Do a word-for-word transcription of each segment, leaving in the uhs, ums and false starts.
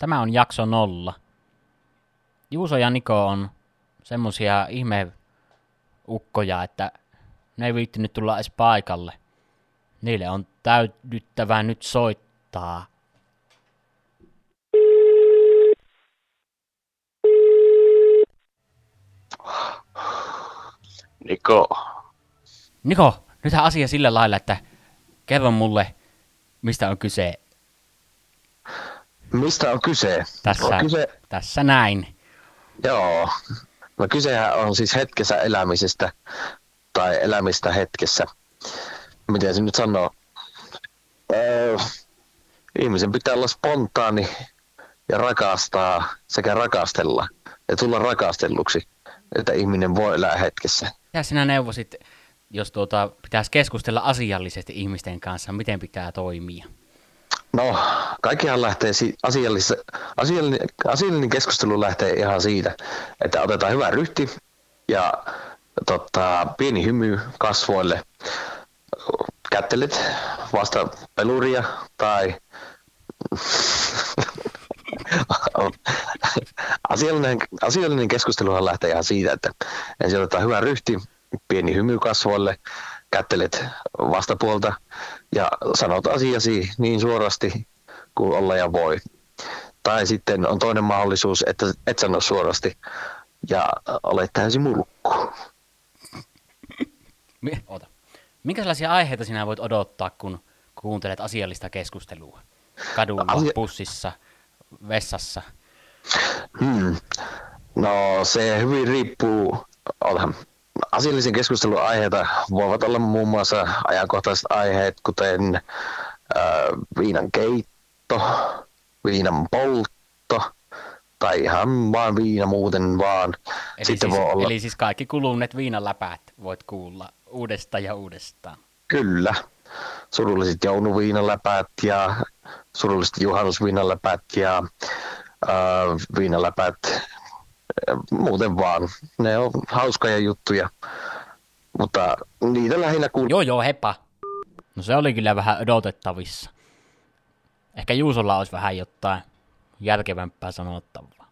Tämä on jakso nolla. Juuso ja Niko on semmosia ihmeukkoja, että ne ei viittinyt tulla edes paikalle. Niille on täydyttävä nyt soittaa. Niko. Niko, nythän asia sillä lailla, että kerro mulle, mistä on kyse. Mistä on kyse? Tässä, on kyse... tässä näin. Joo. No kysehän on siis hetkessä elämisestä tai elämistä hetkessä. Miten se nyt sanoo? Öö, ihmisen pitää olla spontaani ja rakastaa sekä rakastella ja tulla rakastelluksi, että ihminen voi elää hetkessä. Mitä sinä neuvosit, jos tuota, pitäisi keskustella asiallisesti ihmisten kanssa, miten pitää toimia? No, kaikkihan lähtee, si- asiallis- asiallinen, asiallinen keskustelu lähtee ihan siitä, että otetaan hyvä ryhti ja tota, pieni hymy kasvoille, kättelet vasta peluria tai asiallinen, asiallinen keskusteluhan lähtee ihan siitä, että ensin otetaan hyvä ryhti, pieni hymy kasvoille, kättelet vastapuolta ja sanot asiasi niin suorasti kuin olla ja voi. Tai sitten on toinen mahdollisuus, että et sano suorasti ja olet täysin mulkku. Ota. Minkälaisia aiheita sinä voit odottaa, kun kuuntelet asiallista keskustelua? Kadulla, Asia... bussissa, vessassa? Hmm. No se hyvin riippuu. Olhan. Asiallisen keskustelun aiheita voivat olla muun muassa ajankohtaiset aiheet, kuten äh, viinan keitto, viinan poltto tai ihan vaan viina muuten vaan. Eli, Sitten siis, voi olla... eli siis kaikki kuluneet viinaläpäät voit kuulla uudestaan ja uudestaan. Kyllä. Surulliset jouluviinaläpäät ja surulliset juhannusviinaläpäät ja äh, viinaläpäät. Muuten vaan. Ne on hauskoja juttuja, mutta niitä lähinnä kuul... Joo, joo, hepa. No se oli kyllä vähän odotettavissa. Ehkä Juusolla olisi vähän jotain järkevämpää sanottavaa.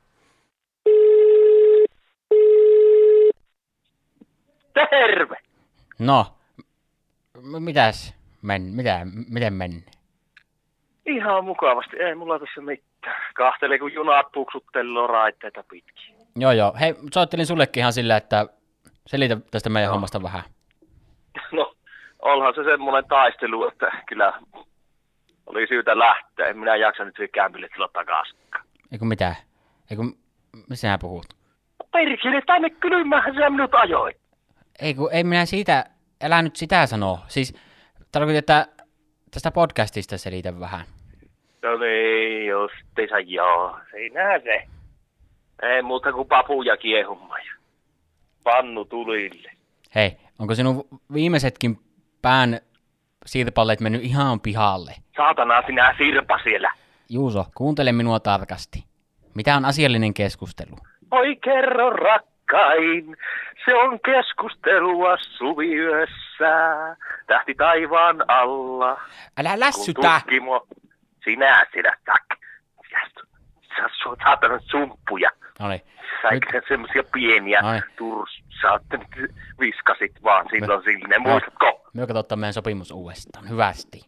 Terve! No, m- mitäs men, mitä, miten meni? Ihan mukavasti, ei mulla tässä mitään. Kahtelee, kun junat puksutteloo raitteita pitkin. Joo, joo. Hei, soittelin sullekin ihan sillä, että selitä tästä meidän no. hommasta vähän. No, onhan se semmoinen taistelu, että kyllä oli syytä lähteä. En minä jaksa nyt vielä kämpille tulla takaisinkaan. Eikö mitään? Eikö, missä sinä puhut? Perkele, tänne kylmähän sä minut ajoit. Ei, kun, ei minä siitä, älä nyt sitä sanoa. Siis tarkoitin, että tästä podcastista selitä vähän. No niin, justiinsa joo. Siinähän se. Ei muuta kuin papuja kiehumma ja pannu tulille. Hei, onko sinun viimeisetkin pään sirpaleet mennyt ihan pihalle? Saatana sinä sirpa siellä. Juuso, kuuntele minua tarkasti. Mitä on asiallinen keskustelu? Oi kerro rakkain, se on keskustelua suviyössä, tähti taivaan alla. Älä lässytä! Tutkimo, sinä sinä, tak. Sä oot saattanut sumppuja. Noniin. Säikö semmosia pieniä Noniin. turs... Sä oot nyt viskasit vaan silloin silleen, muistatko? Me katsotaan meidän sopimus uudestaan. Hyvästi.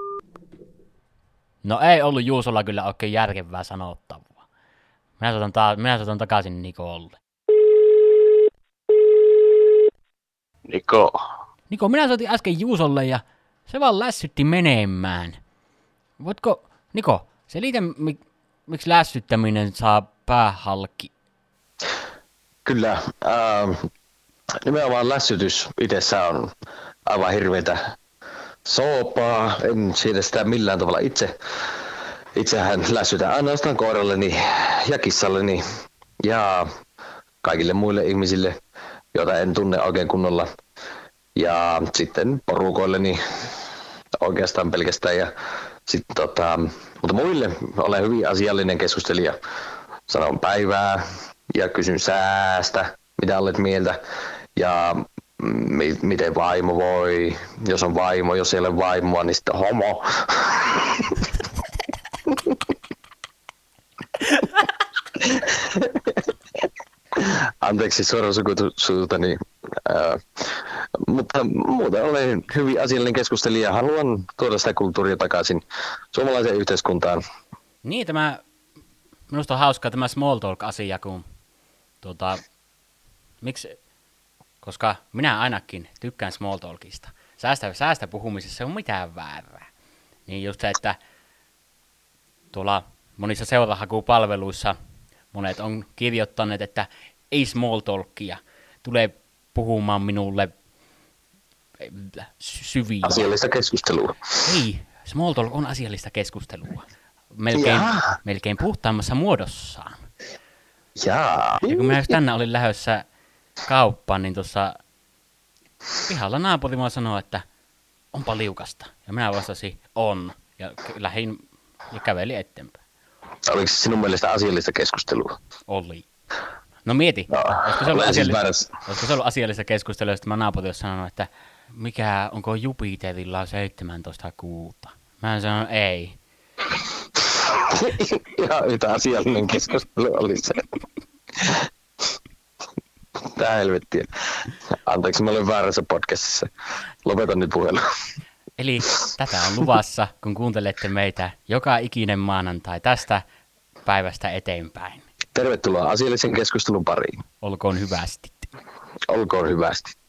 No ei ollut Juusolla kyllä oikein järkevää sanottavaa. Minä soitan, ta- minä soitan takaisin Nikolle. Niko. Niko, minä soitin äsken Juusolle ja se vaan lässytti menemään. Voitko, Niko, selitä mi- miksi lässyttäminen saa päähalki? Kyllä. Ähm, nimenomaan lässytys itsessään on aivan hirveätä soopaa. En siedä sitä millään tavalla itse. Itsehän lässytän ainoastaan koiralleni ja kissalleni ja kaikille muille ihmisille, joita en tunne oikein kunnolla. Ja sitten porukoilleni oikeastaan pelkästään. Ja sitten, tota, mutta muille olen hyvin asiallinen keskustelija. Sanon päivää ja kysyn säästä, mitä olet mieltä. Ja mi- miten vaimo voi, jos on vaimo, jos ei ole vaimoa, niin sitten homo. Anteeksi suorasukuisuuteni, äh, mutta muuten olen hyvin asiallinen keskustelija. Haluan tuoda sitä kulttuuria takaisin suomalaiseen yhteiskuntaan. Niin, tämä, minusta on hauskaa tämä small talk-asia, kun tuota, miksi, koska minä ainakin tykkään small talkista. Säästä, säästä puhumisessa ei ole mitään väärää. Niin just se, että tuolla monissa seurahakupalveluissa monet on kirjoittaneet, että ei small talkia, tulee puhumaan minulle syviä. Asiallista keskustelua. Ei, small talk on asiallista keskustelua. Melkein, melkein puhtaammassa muodossaan. Jaa. Ja kun minä just tänään olin lähdössä kauppaan, niin tuossa pihalla naapuri mua sanoi, että onpa liukasta. Ja minä vastasin, on. Ja lähdin ja kävelin eteenpäin. Oliko se sinun mielestä asiallista keskustelua? Oli. No mieti, No, olisiko, se ollut olen siis asiallista, väärässä. olisiko se ollut asiallista keskustelua, jos tämä naapuri olisi sanonut, että mikä, onko Jupiterilla seitsemäntoista kuuta? Mä sanon, ei. Ihan yhtä asiallinen keskustelu oli se. Tää helvettiä. Anteeksi, mä olen väärässä podcastissa. Lopetan nyt puhelun. Eli tätä on luvassa, kun kuuntelette meitä joka ikinen maanantai tästä päivästä eteenpäin. Tervetuloa asiallisen keskustelun pariin. Olkoon hyvästi. Olkoon hyvästi.